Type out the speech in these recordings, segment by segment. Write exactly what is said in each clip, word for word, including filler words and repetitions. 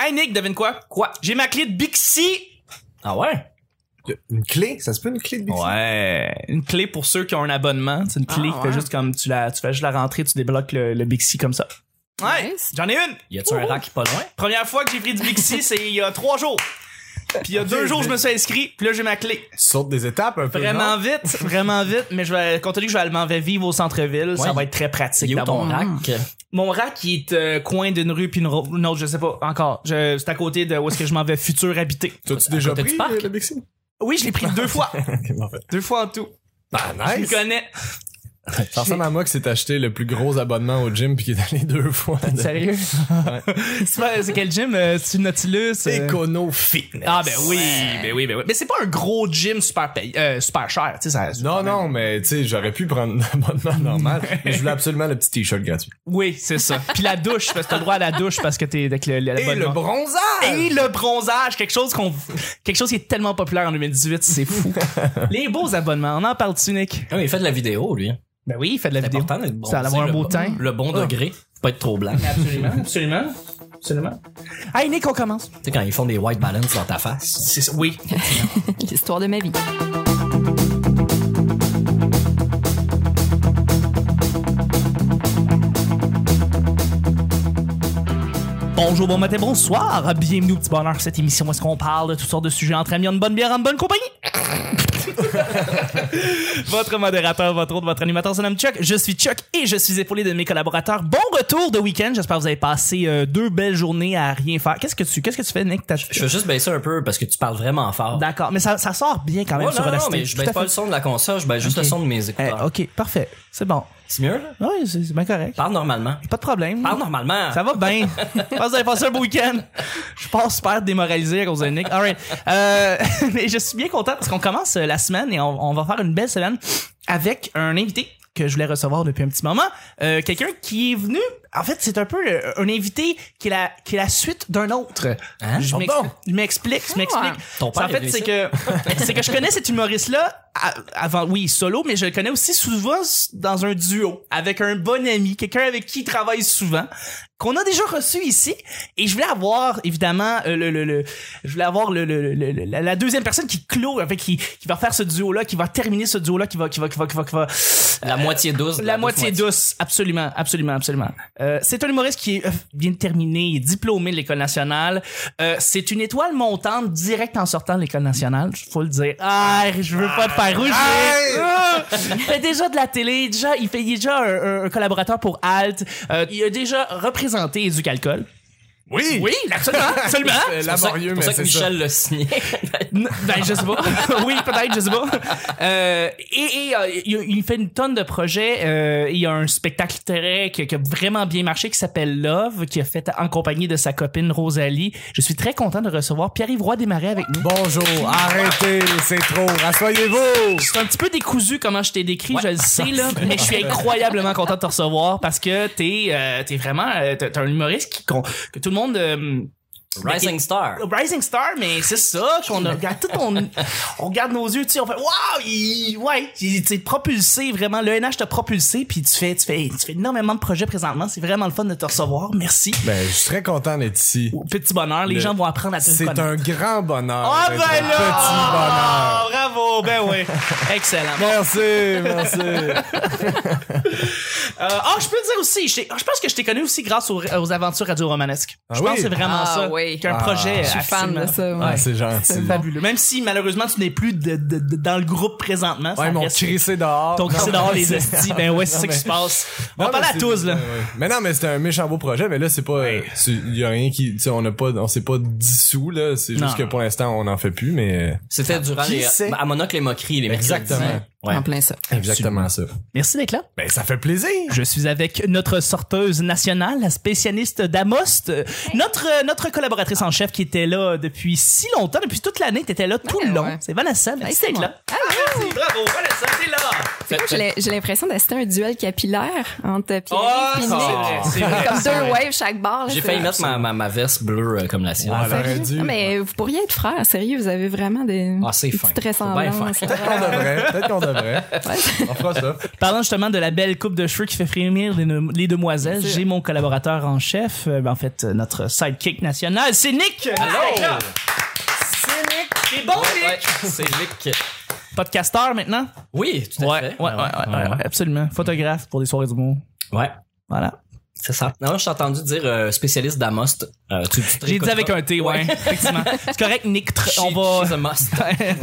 Hey Nick, devine quoi? Quoi? J'ai ma clé de Bixi. Ah ouais? Une clé? Ça se peut une clé de Bixi? Ouais. Une clé pour ceux qui ont un abonnement. C'est une clé Ah, qui fait ouais. juste comme tu la, tu fais juste la rentrer, tu débloques le, le Bixi comme ça. Ouais. Nice. J'en ai une. Y a-tu un rack pas loin? Première fois que j'ai pris du Bixi, c'est il y a trois jours. Puis il y a deux jours, je me suis inscrit, puis là j'ai ma clé. Tu sautes des étapes un peu, Vraiment non? vite, vraiment vite, mais je vais, compte tenu que je vais m'en vais vivre au centre-ville, ça Ouais. va être très pratique Il est où ton d'avoir. rack? Mon rack, il est euh, coin d'une rue puis une, ro- une autre, je sais pas encore. Je, c'est à côté de où est-ce que je m'en vais futur habiter. T'as-tu À déjà côté pris du parc? le, le Bixi? Oui, je l'ai pris deux fois. Ok, bon, fait. Deux fois en tout. Ah, Je me nice! connais. Ça ressemble à moi qui s'est acheté le plus gros abonnement au gym puis qui est allé deux fois. De... Sérieux? c'est, pas- c'est quel gym? Euh, c'est Nautilus? euh? Econo Fitness. Ah ben oui, ben oui, ben oui. Mais c'est pas un gros gym super payé, euh, super cher, tu sais ça. c'est Non, quand même- non, mais tu sais, j'aurais pu prendre un abonnement normal, mais je voulais absolument le petit t-shirt gratuit. Oui, c'est ça. Puis la douche, parce que t'as le droit à la douche parce que t'es avec le, le Et le l'abonnement. bronzage! Et le bronzage, quelque chose qu'on, quelque chose qui est tellement populaire en deux mille dix-huit, c'est fou. Les beaux abonnements, on en parle-tu, Nick? Ah, il fait de la vidéo, lui. Ben oui, il fait de la C'est vidéo. important d'être bon. Ça va avoir un Le beau bon- teint. Le bon degré. Faut pas être trop blanc. Tu Absolument, absolument, absolument. Hey Nick, on commence. sais, quand ils font des white balance dans ta face. C'est ça, oui. L'histoire de ma vie. Bonjour, bon matin, bonsoir. Bienvenue au Petit Bonheur, cette émission où est-ce qu'on parle de toutes sortes de sujets entre amis, en bonne bière, en bonne compagnie. Votre modérateur, votre autre, votre animateur se nomme Chuck. Je suis Chuck et je suis épaulé de mes collaborateurs. Bon retour de week-end. J'espère que vous avez passé euh, deux belles journées à rien faire. Qu'est-ce que tu, qu'est-ce que tu fais, Nick? T'as- Je veux juste baisser un peu parce que tu parles vraiment fort. D'accord, mais ça, ça sort bien quand même Ouais, sur non, la non, stage. mais je Tout à baisse pas fait. le son de la console, je baisse juste Ok. le son de mes Eh, écouteurs. ok, parfait. C'est bon. C'est mieux, là? Oui, c'est, c'est bien correct. Parle normalement. Pas de problème. Parle normalement. Ça va bien. Je pense que vous avez passé un beau week-end. Je pense super démoralisé à cause de Nick. All right. Euh, mais je suis bien content parce qu'on commence euh, la semaine et on, on va faire une belle semaine avec un invité que je voulais recevoir depuis un petit moment. Euh, quelqu'un qui est venu... En fait, c'est un peu euh, un invité qui est la, qui est la suite d'un autre. Hein? Je Oh m'ex- bon. je m'explique, je m'explique. Ton père En fait, est c'est ici. que, c'est que je connais cet humoriste-là à- avant, oui, solo, mais je le connais aussi souvent dans un duo avec un bon ami, quelqu'un avec qui il travaille souvent, qu'on a déjà reçu ici. Et je voulais avoir, évidemment, euh, le, le, le, je voulais avoir le, le, le, le- la, la deuxième personne qui clôt, avec qui, qui va faire ce duo-là, qui va terminer ce duo-là, qui va, qui va, qui va, qui va, qui va, La moitié douce. de la moitié douce, absolument, absolument, absolument. Euh, c'est un humoriste qui est, euh, vient de terminer, il est diplômé de l'École nationale. Euh, c'est une étoile montante direct en sortant de l'École nationale, faut le dire. Ah, je veux pas te faire rougir. Ah! Il fait déjà de la télé, déjà, il fait il est déjà un, un collaborateur pour Alt. Euh, il a déjà représenté Éducalcool. Oui! Oui, absolument, absolument. C'est C'est pour ça, laborieux, c'est pour mais ça que c'est Michel l'a signé. N- Ben, je sais pas. Oui, peut-être, je sais pas. Euh, et et euh, il, il fait une tonne de projets. Euh, il y a un spectacle littéraire qui, qui a vraiment bien marché qui s'appelle Love, qui a fait en compagnie de sa copine Rosalie. Je suis très content de recevoir Pierre-Yves Roy Desmarais avec nous. Bonjour, arrêtez, c'est trop, rassoyez-vous! C'est un petit peu décousu comment je t'ai décrit, je le sais, là, mais je suis incroyablement content de te recevoir parce que t'es, euh, t'es vraiment, euh, t'es t'es un humoriste qui, qu'on- que tout le monde... euh, Rising Star. Rising Star, mais c'est ça qu'on a, regarde tout on, on regarde nos yeux, tu sais, on fait waouh, il, ouais, il t'es propulsé vraiment, le N H t'a propulsé, puis tu fais, tu fais, tu fais énormément de projets présentement, c'est vraiment le fun de te recevoir, merci. Ben, je suis très content d'être ici. Petit bonheur, les Le- gens vont apprendre à te C'est connaître. un grand bonheur. Ah d'être ben un là, petit bonheur. Ah, bravo, ben oui, excellent. Bon, Merci, merci. euh, ah, je peux te dire aussi, je, t'ai- je pense que je t'ai connu aussi grâce aux, aux aventures radio-romanesques. Ah je pense oui? que c'est vraiment Ah ça, oui. qu'un Ah, projet. Je suis fan de absolument- ça. ouais. Ah, c'est gentil. C'est fabuleux. Même si malheureusement tu n'es plus de, de, de- dans le groupe présentement. ça Ouais, ils m'ont reste- crissé dehors. T'ont crissé Non, dehors mais les c'est- estis. Ben ouais, c'est Non, ça qui mais- se passe. On Non, va parler mais à c'est- tous, là. ouais, ouais. Mais non, mais c'était un méchant beau projet, mais là, c'est pas, il y a rien qui, tu sais, on n'a pas, on s'est pas dissous, là. C'est Non. juste que pour l'instant, on n'en fait plus, mais C'était durant Qui les, sait? à Monocle les moqueries, les mercredis. Exactement. Ouais. En plein ça. exactement ça. Merci d'être là. Ben, ça fait plaisir. Je suis avec notre sorteuse nationale, la spécialiste d'Amost, euh, notre euh, notre collaboratrice en chef qui était là depuis si longtemps, depuis toute l'année, t'étais là tout Ouais, le long. ouais. C'est Vanessa, merci c'est d'être moi. là. Ah, merci, bravo, Vanessa, t'es là. C'est comme j'ai l'im- j'ai l'impression d'assister à un duel capillaire entre Pierre Oh, et Nick. c'est vrai, Comme c'est deux vrai. waves chaque barre. là, J'ai c'est- failli mettre ma, ma, ma veste bleue euh, comme la sienne. Ouais, elle aurait Sérieux? dû. Ah, mais vous pourriez être frères, sérieux, vous avez vraiment des, Ah, c'est des fin. petites C'est bien ressemblances. fin. Peut-être qu'on devrait. Peut-être qu'on devrait. Ouais. On fera ça. Parlant justement de la belle coupe de cheveux qui fait frémir les, les demoiselles, C'est j'ai mon collaborateur en chef, euh, ben, en fait, euh, notre sidekick national, c'est Nick! Hello! C'est Nick! C'est bon, Ouais, ouais, Nick! c'est Nick. Podcasteur maintenant? Oui, tout à Ouais, fait. ouais, ouais, ouais, ouais, ouais, absolument. Photographe pour des soirées d'humour. Ouais, Voilà. c'est ça. Non, je t'ai entendu dire euh, spécialiste d'Amost. Euh, tu, tu te J'ai dit réécouteras. avec un T, ouais, effectivement. C'est correct, Nick. tr- On va. She's a must.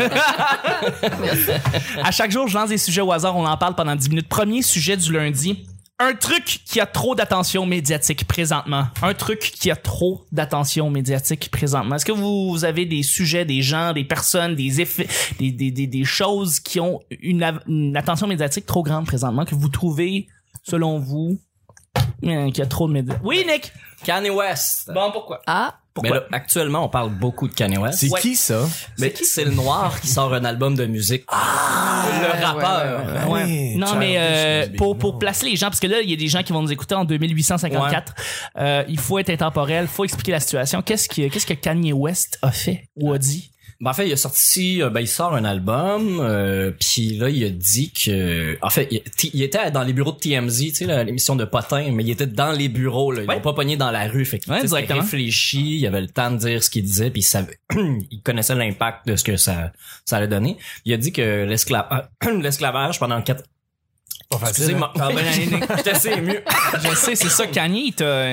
À chaque jour, je lance des sujets au hasard. On en parle pendant dix minutes. Premier sujet du lundi. Un truc qui a trop d'attention médiatique présentement. Un truc qui a trop d'attention médiatique présentement. Est-ce que vous avez des sujets, des gens, des personnes, des effets, des, des, des, des choses qui ont une, av- une attention médiatique trop grande présentement que vous trouvez, selon vous, euh, qu'il y a trop de médias? Oui, Nick! Kanye West. Bon, pourquoi? Ah, Mais là, actuellement, on parle beaucoup de Kanye West. C'est Ouais. qui ça? Mais c'est le noir qui sort un album de musique. Ah, le rappeur. ouais, ouais, Ouais. Oui, Non, Childish mais euh, Gambino. pour pour placer les gens, parce que là, il y a des gens qui vont nous écouter en deux mille huit cent cinquante-quatre. Euh, il faut être intemporel, faut expliquer la situation. Qu'est-ce que qu'est-ce que Kanye West a fait ou a dit? Ben, en fait, il a sorti, euh, ben, il sort un album, euh, puis là, il a dit que, en fait, il, t- il était dans les bureaux de T M Z, tu sais, là, l'émission de Potin, mais il était dans les bureaux, là. Ils Ouais. l'ont pas pogné dans la rue, fait qu'il Ouais, tu sais, c'était directement. réfléchi, il avait le temps de dire ce qu'il disait, puis il savait, il connaissait l'impact de ce que ça, ça allait donner. Il a dit que l'esclavage, l'esclavage pendant quatre, Pas facile. excusez-moi, hein? ah, ben, j'étais assez ému. Je sais, c'est ça, Kanye, t'as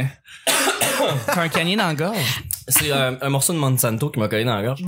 t'as un Kanye dans la gorge. C'est euh, un morceau de Monsanto qui m'a collé dans la gorge. Bon,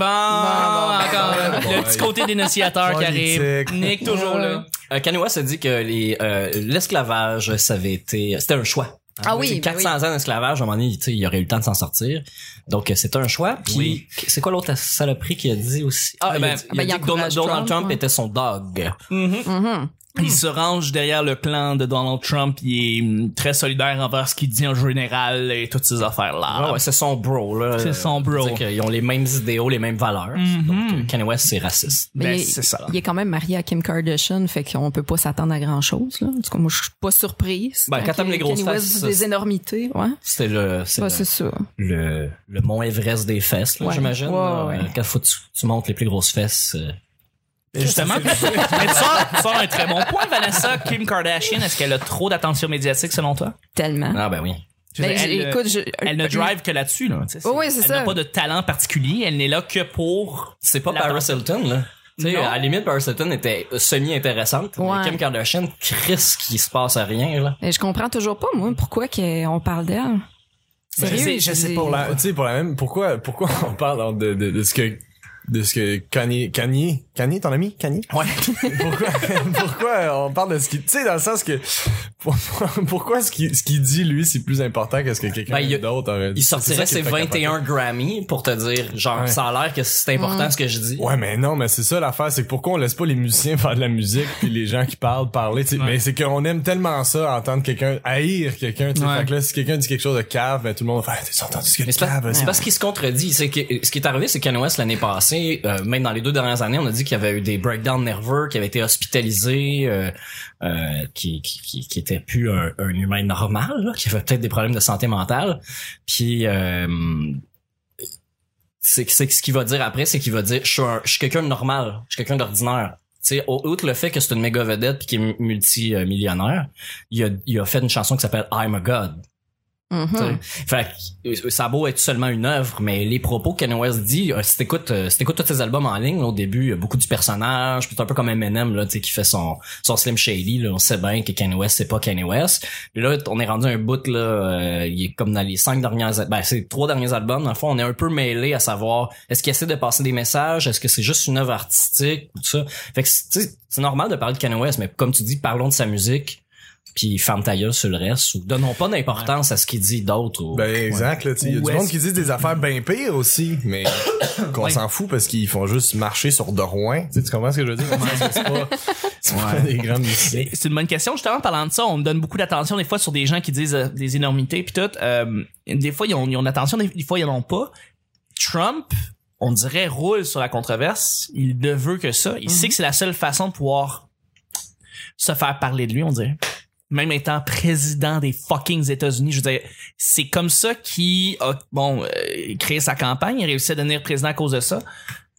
encore bon, le bon, petit côté dénonciateur qui arrive. Politique. Nick toujours là. Euh, Kanye West a dit que les, euh, l'esclavage, ça avait été, c'était un choix. Ah oui, C'est ben quatre cents ans d'esclavage, à un moment donné, tu sais, il aurait eu le temps de s'en sortir. Donc, euh, c'est un choix. Puis, Oui. c'est quoi l'autre saloperie qu'il a dit aussi? Ah, Eh il a ben, dit, il a ben, dit il que Donald, encourage Donald Trump, Trump ouais. était son dog. mhm. Il se range derrière le clan de Donald Trump. Il est hum, très solidaire envers ce qu'il dit en général et toutes ces affaires-là. Ouais, ouais, c'est son bro, là. C'est son bro. C'est-à-dire qu'ils ont les mêmes idéaux, les mêmes valeurs. Mhm. Donc, euh, Kanye West, c'est raciste. Ben, Mais il, c'est ça. il est quand même marié à Kim Kardashian, fait qu'on peut pas s'attendre à grand chose, là. En tout cas, moi, je suis pas surprise. Ben, quand t'aimes les grosses Kanye West fesses, dit ça, des c'est- énormités, ouais. C'était le, c'est Ouais, le, c'est ça. le, le mont Everest des fesses, là, Ouais. j'imagine. Ouais, là. ouais. Euh, Quand faut que tu, tu montes les plus grosses fesses, euh, Et justement, mais tu sors, tu sors un très bon point, Vanessa. Kim Kardashian, est-ce qu'elle a trop d'attention médiatique selon toi? Tellement. ah, ben oui. Je veux Ben, dire, j'ai- elle, euh, écoute, je, elle ne drive que là-dessus, là. tu sais, Oh oui, c'est elle ça. n'a pas de talent particulier. Elle n'est là que pour. C'est pas La Paris Hilton, là. Tu sais, Non. à la limite, Paris Hilton était semi-intéressante. Ouais. Mais Kim Kardashian, Chris, qui se passe à rien, là. Et je comprends toujours pas, moi, pourquoi qu'on parle d'elle. Je Sérieux, sais, je sais c'est- Pour la, tu sais, pour la même, pourquoi, pourquoi on parle de, de, de ce que, de ce que Kanye, Kanye, Kanye, ton ami, Kanye? Ouais. pourquoi, pourquoi on parle de ce qu'il, tu sais, dans le sens que, pour- pourquoi ce qu'il, ce qu'il dit, lui, c'est plus important que ce que quelqu'un Ben, il y a- d'autre aurait dit. Il C'est ça sortirait qui ses me fait vingt et un capoter. Grammy pour te dire, genre, Ouais. ça a l'air que c'est important ce que je dis. Ouais, mais non, mais c'est ça l'affaire, c'est que pourquoi on laisse pas les musiciens faire de la musique puis les gens qui parlent parler, tu sais. Ouais. Mais c'est qu'on aime tellement ça, entendre quelqu'un haïr quelqu'un, tu sais. Ouais. Fait que là, si quelqu'un dit quelque chose de cave, ben tout le monde va faire, t'as entendu ce que Mais c'est, pas- cave, c'est parce qu'il se contredit. C'est que ce qui est arrivé, c'est que Kanye West l'année passée, euh, même dans les deux dernières années, on a dit qu'il y avait eu des breakdowns nerveux, qu'il avait été hospitalisé, euh, euh, qui, qui, qui, qui était plus un, un humain normal, là, qui avait peut-être des problèmes de santé mentale. Puis euh, c'est, c'est ce qu'il va dire après, c'est qu'il va dire, je suis, un- je suis quelqu'un de normal, je suis quelqu'un d'ordinaire. Tu sais, au- outre le fait que c'est une méga vedette puis qu'il est multimillionnaire, il a, il a fait une chanson qui s'appelle I'm a God. Mhm. T'sais. Fait que ça a beau être seulement une œuvre, mais les propos que Kanye West dit, euh, si t'écoutes, euh, si t'écoutes tous ses albums en ligne, là, au début, il y a beaucoup du personnage, puis c'est un peu comme Eminem, là, tu sais, qui fait son, son Slim Shady, là, on sait bien que Kanye West, c'est pas Kanye West. Puis là, on est rendu à un bout, là, euh, il est comme dans les cinq dernières, ben, c'est trois derniers albums, dans le fond, on est un peu mêlé à savoir, est-ce qu'il essaie de passer des messages, est-ce que c'est juste une œuvre artistique, tout ça. Fait que, tu sais, c'est normal de parler de Kanye West, mais comme tu dis, parlons de sa musique, puis ferme ta gueule sur le reste, ou donnons pas d'importance à ce qu'il dit d'autre. Ou... Ben exact, là, tu sais, il y a Ou du est-ce- monde qui dit des affaires bien pires aussi, mais qu'on Ouais. s'en fout parce qu'ils font juste marcher sur de Rouen. Tu sais, tu comprends ce que je veux dire? C'est pas, c'est pas des grands musiciens. Mais c'est une bonne question. Justement, parlant de ça, on me donne beaucoup d'attention des fois sur des gens qui disent euh, des énormités puis tout. Euh, des fois, ils ont, ils ont de l'attention, des, des fois, ils en ont pas. Trump, on dirait, roule sur la controverse. Il ne veut que ça. Il sait que c'est la seule façon de pouvoir se faire parler de lui, on dirait. Même étant président des fucking États-Unis, je veux dire, c'est comme ça qu'il a, bon, euh, créé sa campagne, il a réussi à devenir président à cause de ça.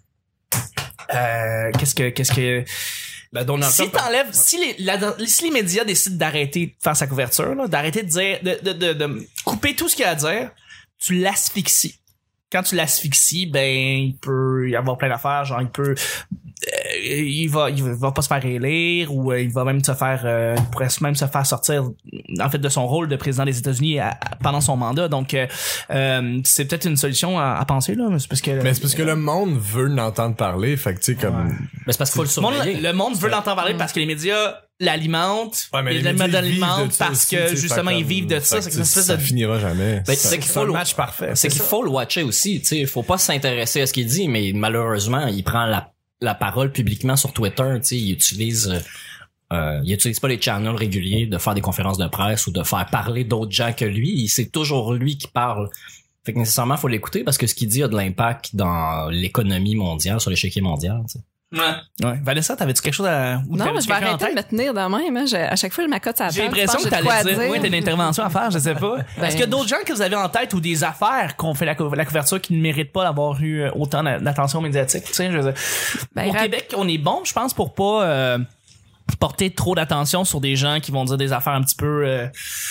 Euh, qu'est-ce que, qu'est-ce que, Ben, Donald si Trump- t'enlèves, si les, la- si les médias décident d'arrêter de faire sa couverture, là, d'arrêter de dire, de, de, de, de couper tout ce qu'il y a à dire, tu l'asphyxies. Quand tu l'asphyxies, ben, il peut y avoir plein d'affaires, genre, il peut, euh, il va, il va pas se faire élire, ou euh, il va même se faire, euh, il pourrait même se faire sortir, en fait, de son rôle de président des États-Unis à- à- pendant son mandat. Donc, euh, euh, c'est peut-être une solution à, à penser, là, mais c'est parce que, Mais c'est parce que le monde veut l'entendre parler, fait que tu sais, comme... Ben, c'est parce qu'il faut le le monde, surveiller. le monde veut l'entendre parler parce que les médias l'alimentent, Ouais, mais les, les médias, médias ils vivent l'alimentent de ça parce aussi, que tu sais, justement fait ils comme- vivent de ça, fait c'est que une espèce ça de finira jamais. Ben, Ça- c'est qu'il c'est faut un le- match parfait. C'est qu'il faut le watcher aussi, tu sais, faut pas s'intéresser à ce qu'il dit, mais malheureusement, il prend la, la parole publiquement sur Twitter, tu sais, il utilise, euh, euh, il utilise pas les channels réguliers de faire des conférences de presse ou de faire parler d'autres gens que lui, c'est toujours lui qui parle. Fait que nécessairement, faut l'écouter parce que ce qu'il dit a de l'impact dans l'économie mondiale, sur l'échiquier mondial, tu sais. Ouais. Ouais. Vanessa, t'avais-tu quelque chose à, ou Non, t'avais-tu je vais quelqu'un en arrêter de tête? me tenir dans même. Hein. J'ai- À chaque fois, je m'accote à la J'ai table. l'impression Je que pense j'ai de quoi t'allais dire, dire. ouais, t'as une intervention à faire, je sais pas. Ben, Est-ce qu'il y a d'autres gens que vous avez en tête ou des affaires qu'on fait la, cou- la couverture qui ne méritent pas d'avoir eu euh, autant d'a- d'attention médiatique, tu sais, je veux dire. Ben, Au rap- Québec, on est bon, je pense, pour pas, euh, porter trop d'attention sur des gens qui vont dire des affaires un petit peu euh,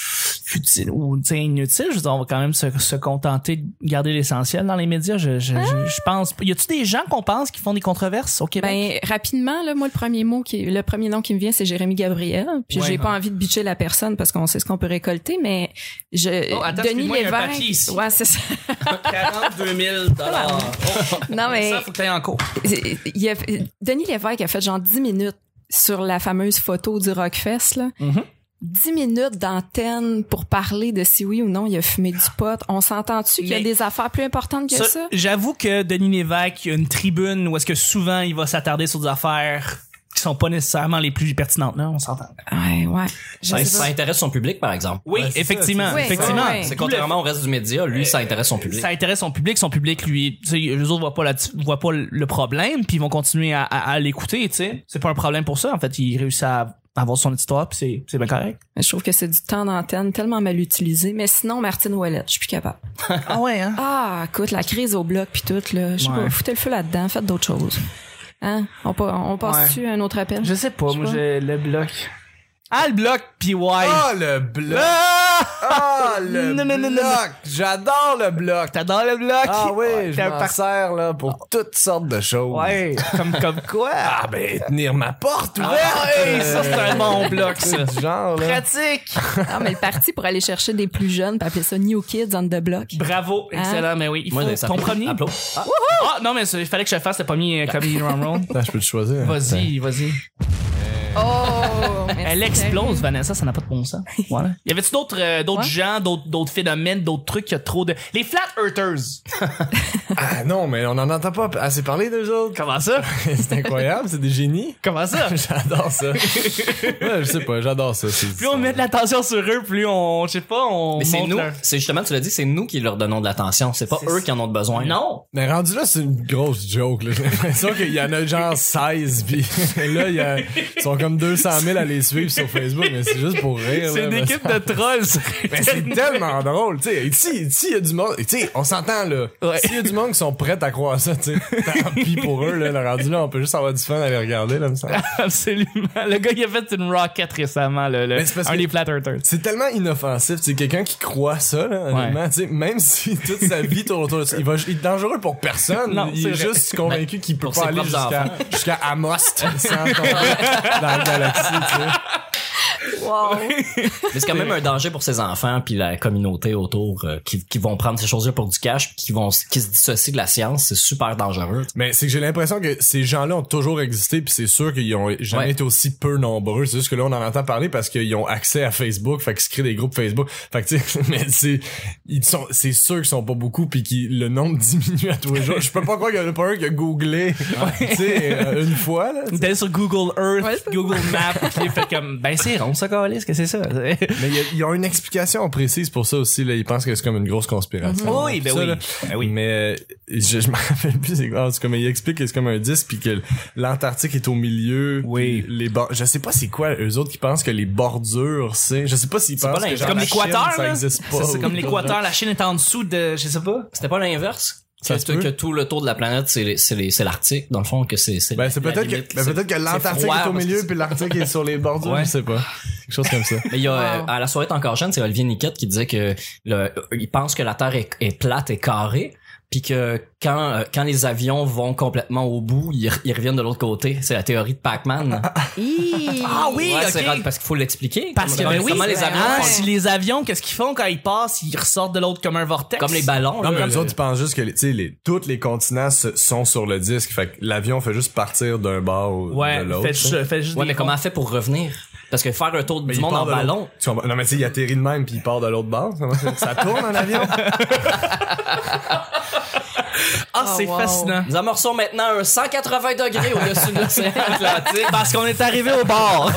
futiles ou tu sais, inutiles. Je veux dire, on va quand même se, se contenter de garder l'essentiel dans les médias. Je, je, je, je pense. Y a-tu des gens qu'on pense qui font des controverses au Québec? Ben rapidement là, moi le premier mot qui le premier nom qui me vient c'est Jérémy Gabriel. Puis Ouais, j'ai ouais. pas envie de bitcher la personne parce qu'on sait ce qu'on peut récolter, mais je Oh, attends, Denis excuse-moi, il y a un Lévesque. papier ici. Ouais, c'est ça. quarante-deux mille dollars. Non mais Ça, faut que t'ailles en cours. il y a, Denis Lévesque a fait genre dix minutes sur la fameuse photo du Rockfest là. Mhm. dix minutes d'antenne pour parler de si oui ou non il a fumé du pot. On s'entend-tu qu'il y a Mais- des affaires plus importantes que ça? Ça, j'avoue que Denis Lévesque, il y a une tribune où est-ce que souvent il va s'attarder sur des affaires qui sont pas nécessairement les plus pertinentes, là, on s'entend. Ouais, ouais. Je Ça, sais ça pas. intéresse son public, par exemple. Oui, Ouais, c'est effectivement, ça, c'est- effectivement. Ouais, ouais. C'est contrairement au reste du média, lui, ça intéresse son public. Ça intéresse son public, son public, lui, tu sais, eux autres voient pas la, voient pas le problème, puis ils vont continuer à, à, à l'écouter, tu sais. C'est pas un problème pour ça, en fait, il réussit à avoir son histoire, puis c'est, c'est bien correct. Je trouve que c'est du temps d'antenne tellement mal utilisé. Mais sinon, Martine Ouellette, je suis plus capable. Ah ouais, hein? Ah, écoute, la crise au bloc puis tout, là. Je sais Ouais. pas, foutez le feu là-dedans, faites d'autres choses. Hein? On, pa- on passe-tu à un autre appel? Je sais pas, Je sais moi, pas. j'ai le bloc. Ah, le bloc, puis ouais. Oh, le bloc! Ah! Ah, le Non, non, non, non, bloc! J'adore le bloc! T'adores le bloc? Ah oui, Ouais, je t'es un m'en par- sers là, pour toutes sortes de choses. Ouais, comme, comme quoi? Ah ben, tenir ma porte ouverte! Ah, hey, ça, c'est un bon bloc, ça. C'est du genre, là. Pratique. Ah, mais le parti pour aller chercher des plus jeunes, puis appeler ça New Kids on the Block. Bravo, excellent, mais oui. Il faut Moi, ça ton fait- premier. Applaud. Ah, Ah, non, mais ça, il fallait que je fasse le premier euh, Comedy Round Roll. Attends, je peux te choisir. Vas-y, vas-y. Oh! merci, Elle explose, Vanessa, ça n'a pas de bon sens. Voilà. Y avait-tu d'autres euh, d'autres Ouais. gens, d'autres d'autres phénomènes, d'autres trucs qui a trop de les flat earthers. Ah non, mais on en entend pas assez parler d'eux autres. Comment ça? C'est incroyable, c'est des génies. Comment ça? J'adore ça. Ouais, je sais pas, j'adore ça. C'est- Plus on met de l'attention sur eux, plus on, je sais pas, on Mais c'est montre nous, leur- c'est justement, tu l'as dit, c'est nous qui leur donnons de l'attention. C'est pas C'est- eux qui en ont besoin. Non. Mais rendu là, c'est une grosse joke. là. J'ai l'impression qu'il y en a genre seize, puis là, il y a, ils sont comme deux cent mille à les suivre sur Facebook, mais c'est juste pour rire. C'est là, une mais équipe ça- de trolls. sur Mais c'est Internet. tellement drôle, tu sais. Ici, ici, il y a du monde. Tu sais, on s'entend, là. Ouais. S'il y a du monde qui sont prêts à croire ça, tu sais, tant pis pour eux, là. Le rendu là, on peut juste avoir du fun à les regarder, là, me semble. Absolument. Le gars, il a fait une rocket récemment, le, le- Mais c'est parce un que- des flat earthers. C'est tellement inoffensif, c'est quelqu'un qui croit ça, là, honnêtement, tu sais, même si toute sa vie tourne autour de ça, il va, il est dangereux pour personne. Non, il c'est est vrai. juste convaincu qu'il peut pour pas ses aller propres jusqu'à, enfants. jusqu'à Amost sans tomber dans la galaxie, tu sais. Wow! Mais c'est quand même un danger pour ses enfants puis la communauté autour euh, qui, qui vont prendre ces choses-là pour du cash puis qui vont qui se dissocient de la science. C'est super dangereux. Mais c'est que j'ai l'impression que ces gens-là ont toujours existé puis c'est sûr qu'ils ont jamais Ouais. été aussi peu nombreux. C'est juste que là, on en entend parler parce qu'ils ont accès à Facebook, fait qu'ils se créent des groupes Facebook. Fait que tu sais, mais c'est, ils sont, c'est sûr qu'ils sont pas beaucoup puis que le nombre diminue à tous les jours. Je peux pas croire qu'il y en a pas un qui a googlé, tu sais, euh, une fois, là. Il est allé sur Google Earth, Ouais, c'est- Google Maps, puis il a fait comme, ben c'est rond, ça, câlisse que c'est ça. Mais il y a- ils ont une explication précise pour ça aussi, là. Ils pensent que c'est comme une grosse conspiration. Mm-hmm. Oui, Tout ben ça, oui. là. Ben oui. Mais euh, je, je me rappelle plus c'est quoi. En tout cas, mais il explique que c'est comme un disque puis que l'Antarctique est au milieu. Oui. puis Les bord- je sais pas c'est quoi eux autres qui pensent que les bordures, c'est. Je sais pas s'ils pensent pas que l'inverse. genre, Comme la l'équateur, Chine, ça là. existe pas. C'est c'est comme ou- l'équateur, la Chine est en dessous de, je sais pas. C'était pas l'inverse? Ça que, se peut. que tout le tour de la planète, c'est les- c'est les- c'est l'Arctique, dans le fond, que c'est c'est Ben la- c'est la peut-être limite. que ben, C'est- peut-être que c'est l'Antarctique froid, est au parce que milieu c'est- puis l'Arctique est sur les bordures, Ouais. je sais pas. Quelque chose comme ça. Mais il y a, Wow. euh, à la soirée est encore jeune, c'est Olivier Niquette qui disait que le, il pense que la Terre est, est plate et carrée, puis que quand euh, quand les avions vont complètement au bout, ils, ils reviennent de l'autre côté. C'est la théorie de Pac-Man. Hi. Ah oui, Ouais, ok. c'est rare, parce qu'il faut l'expliquer. Parce que, Comment- ben oui, comment les c'est avions hein, vrai. font- si les avions, qu'est-ce qu'ils font quand ils passent? Ils ressortent de l'autre comme un vortex. comme les ballons. Non, là, mais le- les autres, ils pensent juste que, les- tu sais, les, tous les continents se- sont sur le disque. Fait que l'avion fait juste partir d'un bord ou Ouais, de l'autre. faites juste, faites juste Ouais, des mais comment ronds. elle fait pour revenir? Parce que faire un tour Mais du il monde part en de l'autre- ballon, Tu comprends? Non, mais tu sais, il atterrit de même puis il part de l'autre bord. Ça, ça tourne en avion. Ah, Oh, c'est wow. fascinant. nous amorçons maintenant un cent quatre-vingts degrés au-dessus de l'océan Atlantique. Parce qu'on est arrivé au bord.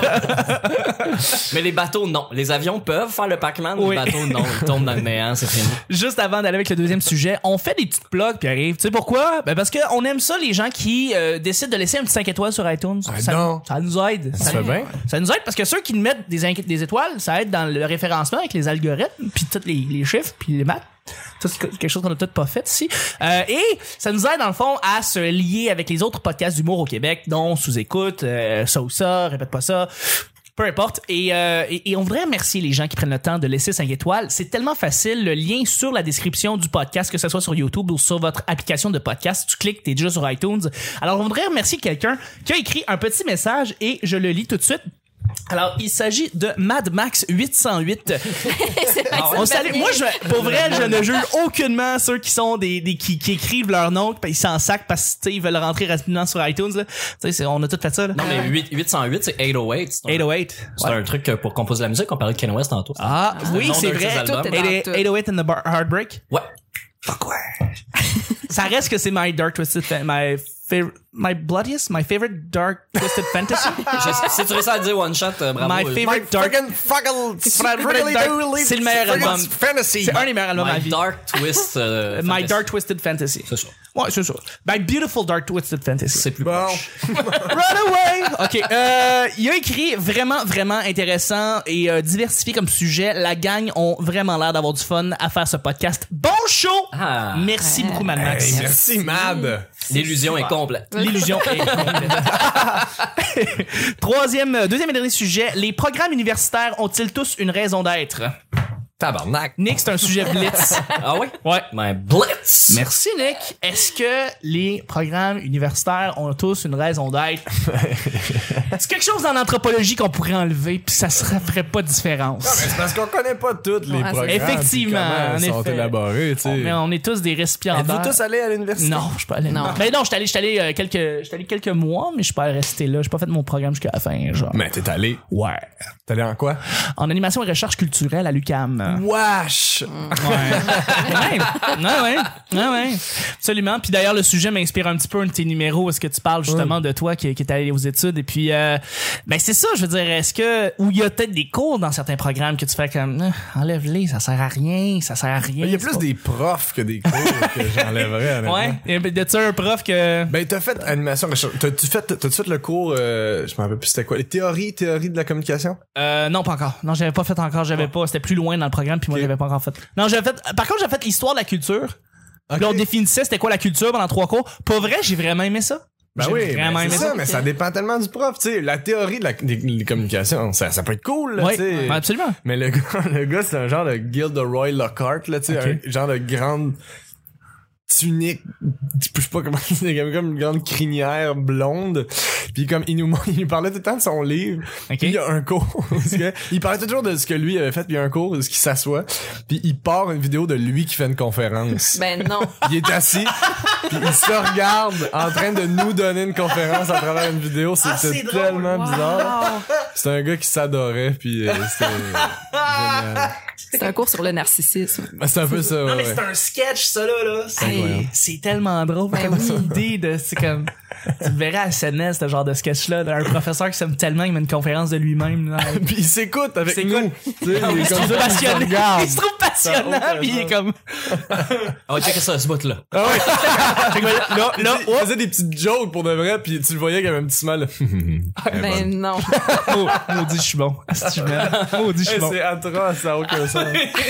Mais les bateaux, non. Les avions peuvent faire le Pac-Man, Oui. les bateaux, non. Ils tombent dans le néant, c'est fini. Juste avant d'aller avec le deuxième sujet, on fait des petites plugs puis arrive. Tu sais pourquoi? Ben parce que on aime ça les gens qui euh, décident de laisser un petit cinq étoiles sur iTunes. Ah, ça, non. ça nous aide. Ça fait bien. Ça nous aide parce que ceux qui nous mettent des, inqui- des étoiles, ça aide dans le référencement avec les algorithmes, puis tous les, les chiffres, puis les maths. Ça, c'est quelque chose qu'on a peut-être pas fait ici. Euh, et ça nous aide, dans le fond, à se lier avec les autres podcasts d'humour au Québec, dont Sous-Écoute, euh, Ça ou Ça, Répète pas ça. Peu importe. Et, euh, et, et on voudrait remercier les gens qui prennent le temps de laisser cinq étoiles. C'est tellement facile. Le lien sur la description du podcast, que ce soit sur YouTube ou sur votre application de podcast, tu cliques, t'es déjà sur iTunes. Alors, on voudrait remercier quelqu'un qui a écrit un petit message et je le lis tout de suite. Alors, il s'agit de Mad Max huit cent huit. On salue. Moi, je, pour vrai, je ne juge aucunement ceux qui sont des, des qui, qui écrivent leur nom, puis ils s'en sacent parce que tu sais, ils veulent rentrer rapidement sur iTunes. Là. Tu sais, c'est- on a tout fait ça. Là. Non, mais huit- huit cent huit, c'est huit cent huit. C'est un, huit oh huit. c'est un truc euh, pour composer la musique. On parlait de Kanye West tantôt. Ah, oui, nom c'est d'un de ses vrai. albums. Tout est dans eight tout. oh eight and the Bar- Heartbreak. Ouais. Fuck ouais. Ça reste que c'est my dark twisted fa- my favorite my bloodiest my favorite dark twisted fantasy. Je- si tu réussis à le dire one shot, euh, bravo. My Euh, favorite dark c'est le meilleur album. Fantasy. C'est un des meilleurs albums à My vie. Dark Twist. euh, My fantasy. Dark Twisted Fantasy. C'est ça. Ouais, c'est ça. My Beautiful Dark Twisted Fantasy. C'est plus Bon. proche. Run away! OK. Euh, il a écrit vraiment, vraiment intéressant et euh, diversifié comme sujet. La gang ont vraiment l'air d'avoir du fun à faire ce podcast. Bon show! Ah. Merci beaucoup, Mad Max. Hey, merci, Mad. L'illusion est complète. L'illusion est complète. Troisième, euh, deuxième et dernier sujet. Les programmes universitaires ont-ils tous une raison d'être? Tabarnak. Nick, c'est un sujet blitz. Ah oui? Ouais. My Blitz. Merci, Nick. Est-ce que les programmes universitaires ont tous une raison d'être? C'est quelque chose dans l'anthropologie qu'on pourrait enlever, puis ça ne ferait pas de différence. Non, mais c'est parce qu'on connaît pas tous les Ouais, programmes. Effectivement, puis comment en ils sont effet. élaborés, tu sais. Mais on est tous des récipiendaires. Êtes-vous tous allés à l'université? Non, je suis pas allé. Non. Mais non, je suis allé, je suis allé euh, quelques, je suis allé quelques mois, mais je suis pas resté là. J'ai pas fait mon programme jusqu'à la fin, genre. Mais t'es allé. Ouais. T'es allé en quoi? En animation et recherche culturelle à l'U Q A M. Wesh! Ouais. ouais, ouais, ouais, ouais. Absolument. Puis d'ailleurs, le sujet m'inspire un petit peu un de tes numéros. Est-ce que tu parles justement de toi qui, qui est allé aux études? Et puis, euh, ben c'est ça, je veux dire, est-ce que, ou il y a peut-être des cours dans certains programmes que tu fais comme, ah, enlève-les, ça sert à rien, ça sert à rien. Il y a c'est plus pas- des profs que des cours que j'enlèverais, honnêtement. Ouais. Et ben, y a-tu un prof que, Ben, t'as fait animation, recherche. T'as-tu fait, t'as-tu fait le cours, euh, je m'en rappelle plus c'était quoi, les théories, théories de la communication? euh, non, pas encore. Non, j'avais pas fait encore, j'avais pas, c'était plus loin dans le programme, puis moi, Ok. j'avais pas encore fait. Non, j'avais fait, par contre, j'ai fait l'histoire de la culture. Puis là, on définissait c'était quoi la culture pendant trois cours. Pas vrai, j'ai vraiment aimé ça. Ben J'ai oui, vraiment ben aimé c'est ça. ça, mais ça dépend tellement du prof, tu sais. La théorie de la, des, des communications, ça, ça peut être cool, là, Oui, tu sais. absolument. Mais le gars, le gars, c'est un genre de Gilderoy Lockhart, là, tu sais, Ok. un genre de grande tunique, je sais pas comment c'est, comme comme une grande crinière blonde. Puis comme il nous il nous parlait tout le temps de son livre. Ok. Puis il y a un cours. parce que il parlait toujours de ce que lui avait fait, puis il y a un cours de ce qu'il s'assoit. Puis il part une vidéo de lui qui fait une conférence. Ben non. Il est assis, puis il se regarde en train de nous donner une conférence à travers une vidéo. C'était c'est drôle. tellement bizarre. Wow. C'est un gars qui s'adorait, puis euh, c'était génial. C'est un cours sur le narcissisme. Ben, c'est un peu ça, Non, ouais, mais ouais. c'est un sketch, ça, là, là. C'est, incroyable. c'est tellement drôle Ben comme oui. idée de, c'est comme, tu le verrais à S N L, ce genre de sketch-là, d'un professeur qui s'aime tellement qu'il met une conférence de lui-même, là. Puis il s'écoute avec Il nous. s'écoute. Tu sais, il est Il se comme trouve ça, il se passionné. regarde. Il se trouve passionnant, Ça a pis il est aucun comme, Ah ouais, checker ça, ce bout-là. Ah ouais. Fait que là, là, Il là, il faisait des petites jokes pour de vrai, puis tu le voyais qu'il avait un petit smile. Ben non. oh, maudit, je suis bon. Asti, je m'aime. Maudit, je suis Hey, bon. c'est atroce, ça n'a aucun sens.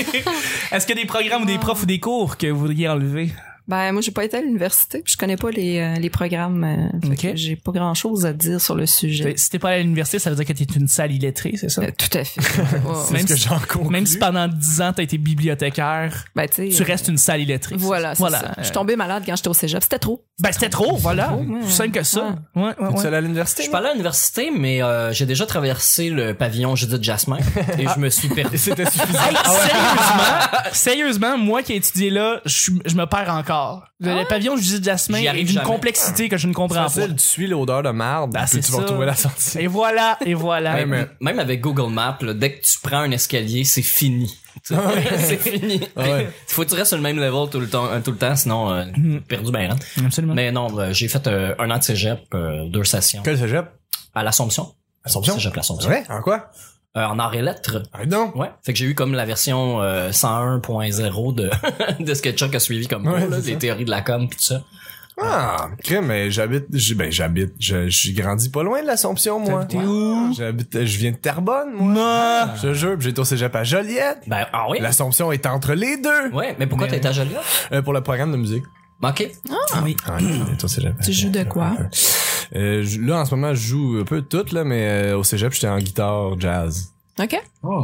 Est-ce qu'il y a des programmes ou des profs ou des cours que vous voudriez enlever? Ben moi j'ai pas été à l'université, puis je connais pas les euh, les programmes. Euh, fait Ok. que j'ai pas grand chose à dire sur le sujet. Si t'es pas allé à l'université, ça veut dire que t'es une sale illettrée, c'est ça? Euh, tout à fait. Ouais. C'est Même ce que si- j'en conclus. Même si pendant dix ans t'as été bibliothécaire, Ben tu tu sais. restes une sale illettrée. Voilà, c'est Voilà. ça. Je suis tombée malade quand j'étais au cégep. C'était trop. Ben c'était trop, voilà. trop, ouais, Plus ouais. simple que ça. Ouais, ouais, Tu es ouais. allé à l'université? Je suis pas allé à l'université, mais euh, j'ai déjà traversé le pavillon Judith Jasmin et je me suis perdu. Et c'était suffisant. Hey, sérieusement, sérieusement, moi qui ai étudié là, je, suis- je me perds encore. Le, le pavillon Judith Jasmin J'y est arrive d'une jamais. complexité que je ne comprends pas. Facile, tu suis l'odeur de marde, Ben, puis c'est tu vas ça. retrouver la sortie. Et voilà, et voilà. Ouais, mais- M- Même avec Google Maps, là, dès que tu prends un escalier, c'est fini. Tu sais, c'est fini. Ah ouais. Faut que tu restes sur le même level tout le temps, euh, tout le temps sinon euh, perdu ben raide. Absolument. Mais non, euh, j'ai fait euh, un an de cégep, euh, deux sessions Quel cégep? à l'Assomption. Assomption? Cégep C'est l'Assomption. vrai? En quoi? Euh, en arts et lettres. Ah non. Ouais. Fait que j'ai eu comme la version euh, cent un point zéro de de ce que Chuck a suivi comme Ouais, cours, là, c'est les ça. théories de la com pis tout ça. Ah, ok, mais j'habite, j'ai- ben j'habite, je- j'ai grandi pas loin de l'Assomption, moi. T'es où? J'habite, je viens de Terrebonne, moi. Moi. Je te jure, puis j'ai été au cégep à Joliette. Ben ah oui. L'Assomption est entre les deux. Ouais, mais pourquoi Mais- t'as été à Joliette? Euh, pour le programme de musique. OK. Oui. Ah, j'ai été au cégep. Tu joues de quoi? Euh, je- là, en ce moment, je joue un peu tout, là, mais euh, au cégep, j'étais en guitare jazz. OK.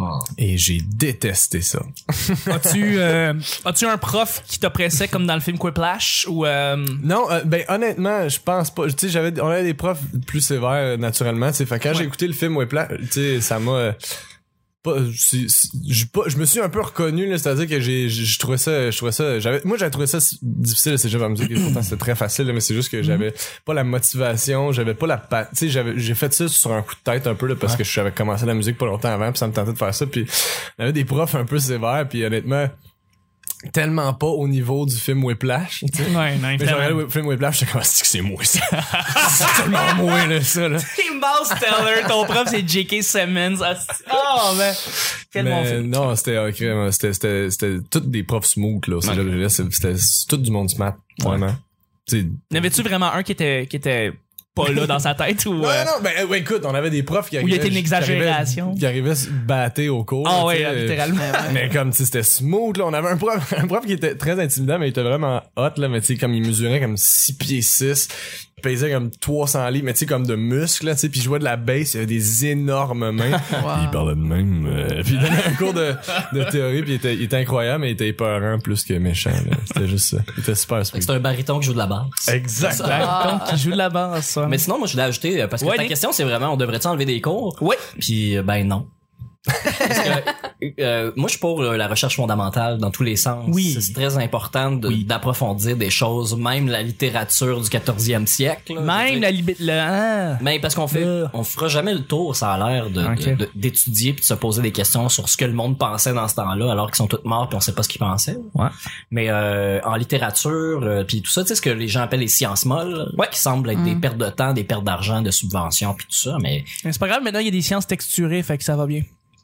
Et j'ai détesté ça. As-tu, euh, as-tu un prof qui t'oppressait comme dans le film Quiplash ou euh, Non, euh, ben honnêtement, je pense pas. Tu sais, j'avais, on avait des profs plus sévères euh, naturellement. Tu sais, fait que quand j'ai écouté le film Whiplash, tu sais, ça m'a euh, pas. c'est- c'est- Je pas- je me suis un peu reconnu là, c'est-à-dire que j'ai, j'ai- je trouvais ça, je trouvais ça. J'avais, moi, j'avais trouvé ça s- difficile le cégep en musique. Et pourtant, c'était très facile, là, mais c'est juste que j'avais pas la motivation, j'avais pas la, pa- tu sais, j'avais, j'ai fait ça sur un coup de tête un peu là, parce que j'avais commencé la musique pas longtemps avant, puis ça me tentait de faire ça, puis il y avait des profs un peu sévères, puis honnêtement. Tellement pas au niveau du film Whiplash, tu sais. Ouais, non, Mais j'ai regardé le film Whiplash, j'étais comme, c'est que c'est moi, ça. C'est tellement moi, là, ça, là. Miles Teller, ton prof c'est J K. Simmons. Ah, c'est- Oh, ben, quel bon Mais film. non, c'était, ok, c'était, c'était, c'était tous des profs smooth, là, au cégep de Joliette. C'était, c'était tout du monde smart, vraiment. Tu sais. N'avais-tu vraiment un qui était, qui était pas là dans sa tête ou, Non, euh, non, non, ben, ouais, écoute, on avait des profs qui Où il y arrivaient. était une qui arrivaient- exagération. Qui arrivaient se battre au cours. Ah là, ouais, tu sais. littéralement. Mais comme, tu sais, c'était smooth, là. On avait un prof, un prof qui était très intimidant, mais il était vraiment hot, là. Mais tu sais, comme il mesurait comme six pieds six. Il pesait comme trois cents livres, mais tu sais, comme de muscles, là, tu sais. Puis il jouait de la bass, il avait des énormes mains. Puis il parlait de même. euh, puis il donnait un cours de, de théorie, puis il était, il était incroyable, mais il était épeurant plus que méchant, là. C'était juste ça. Il était super Fait que sweet. c'est un baryton qui joue de la basse. Exact. Donc, qui joue de la basse, ça. Mais sinon, moi, je voulais ajouter, euh, parce que Ouais, ta Nick. question, c'est vraiment, on devrait-tu enlever des cours? Ouais. Puis, euh, ben non. Parce que, euh, moi, je suis pour euh, la recherche fondamentale dans tous les sens. Oui. C'est très important de- Oui. d'approfondir des choses, même la littérature du quatorzième siècle. là, je veux Même dire. la liberté, le, hein. Mais parce qu'on fait, Euh. on fera jamais le tour, ça a l'air de, Ok. de- de- d'étudier puis de se poser des questions sur ce que le monde pensait dans ce temps-là, alors qu'ils sont tous morts puis on sait pas ce qu'ils pensaient. Ouais. Mais euh, en littérature euh, puis tout ça, tu sais ce que les gens appellent les sciences molles, Ouais. qui semblent être des pertes de temps, des pertes d'argent, de subventions puis tout ça, mais Mais c'est pas grave, maintenant il y a des sciences texturées, fait que ça va bien.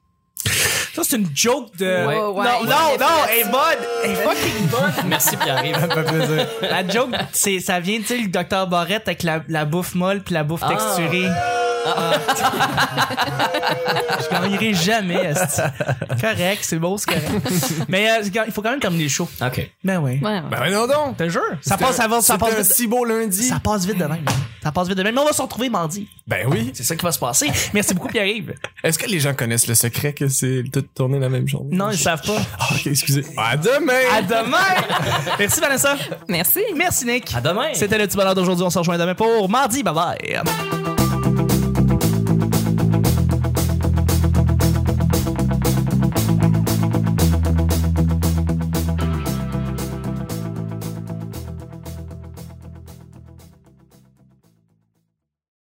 Ça, c'est une joke de... Ouais. Non, Ouais, non, ouais. non, elle est bonne! Elle est fucking bonne! merci Pierre-Yves. Ça fait plaisir. La joke, c'est, ça vient, tu sais, le docteur Barrette avec la, la bouffe molle puis la bouffe Ah. texturée. Je gagnerai jamais, esti. Correct, c'est beau, c'est correct. Mais euh, il faut quand même terminer le show. OK. Ben oui. Ouais, ouais. Ben non, donc. Je te jure. Ça passe, ça va, ça C'était passe un vite. si beau lundi. Ça passe vite de même. Ça passe vite de même. Mais on va se retrouver mardi. Ben oui. C'est ça qui va se passer. Merci beaucoup, Pierre-Yves. Est-ce que les gens connaissent le secret que c'est tout tourné la même journée? Non, ils savent pas. Ah, ok, excusez. À demain! À demain! Merci, Vanessa. Merci. Merci, Nick. À demain. C'était le petit bonheur d'aujourd'hui. On se rejoint demain pour mardi. Bye bye.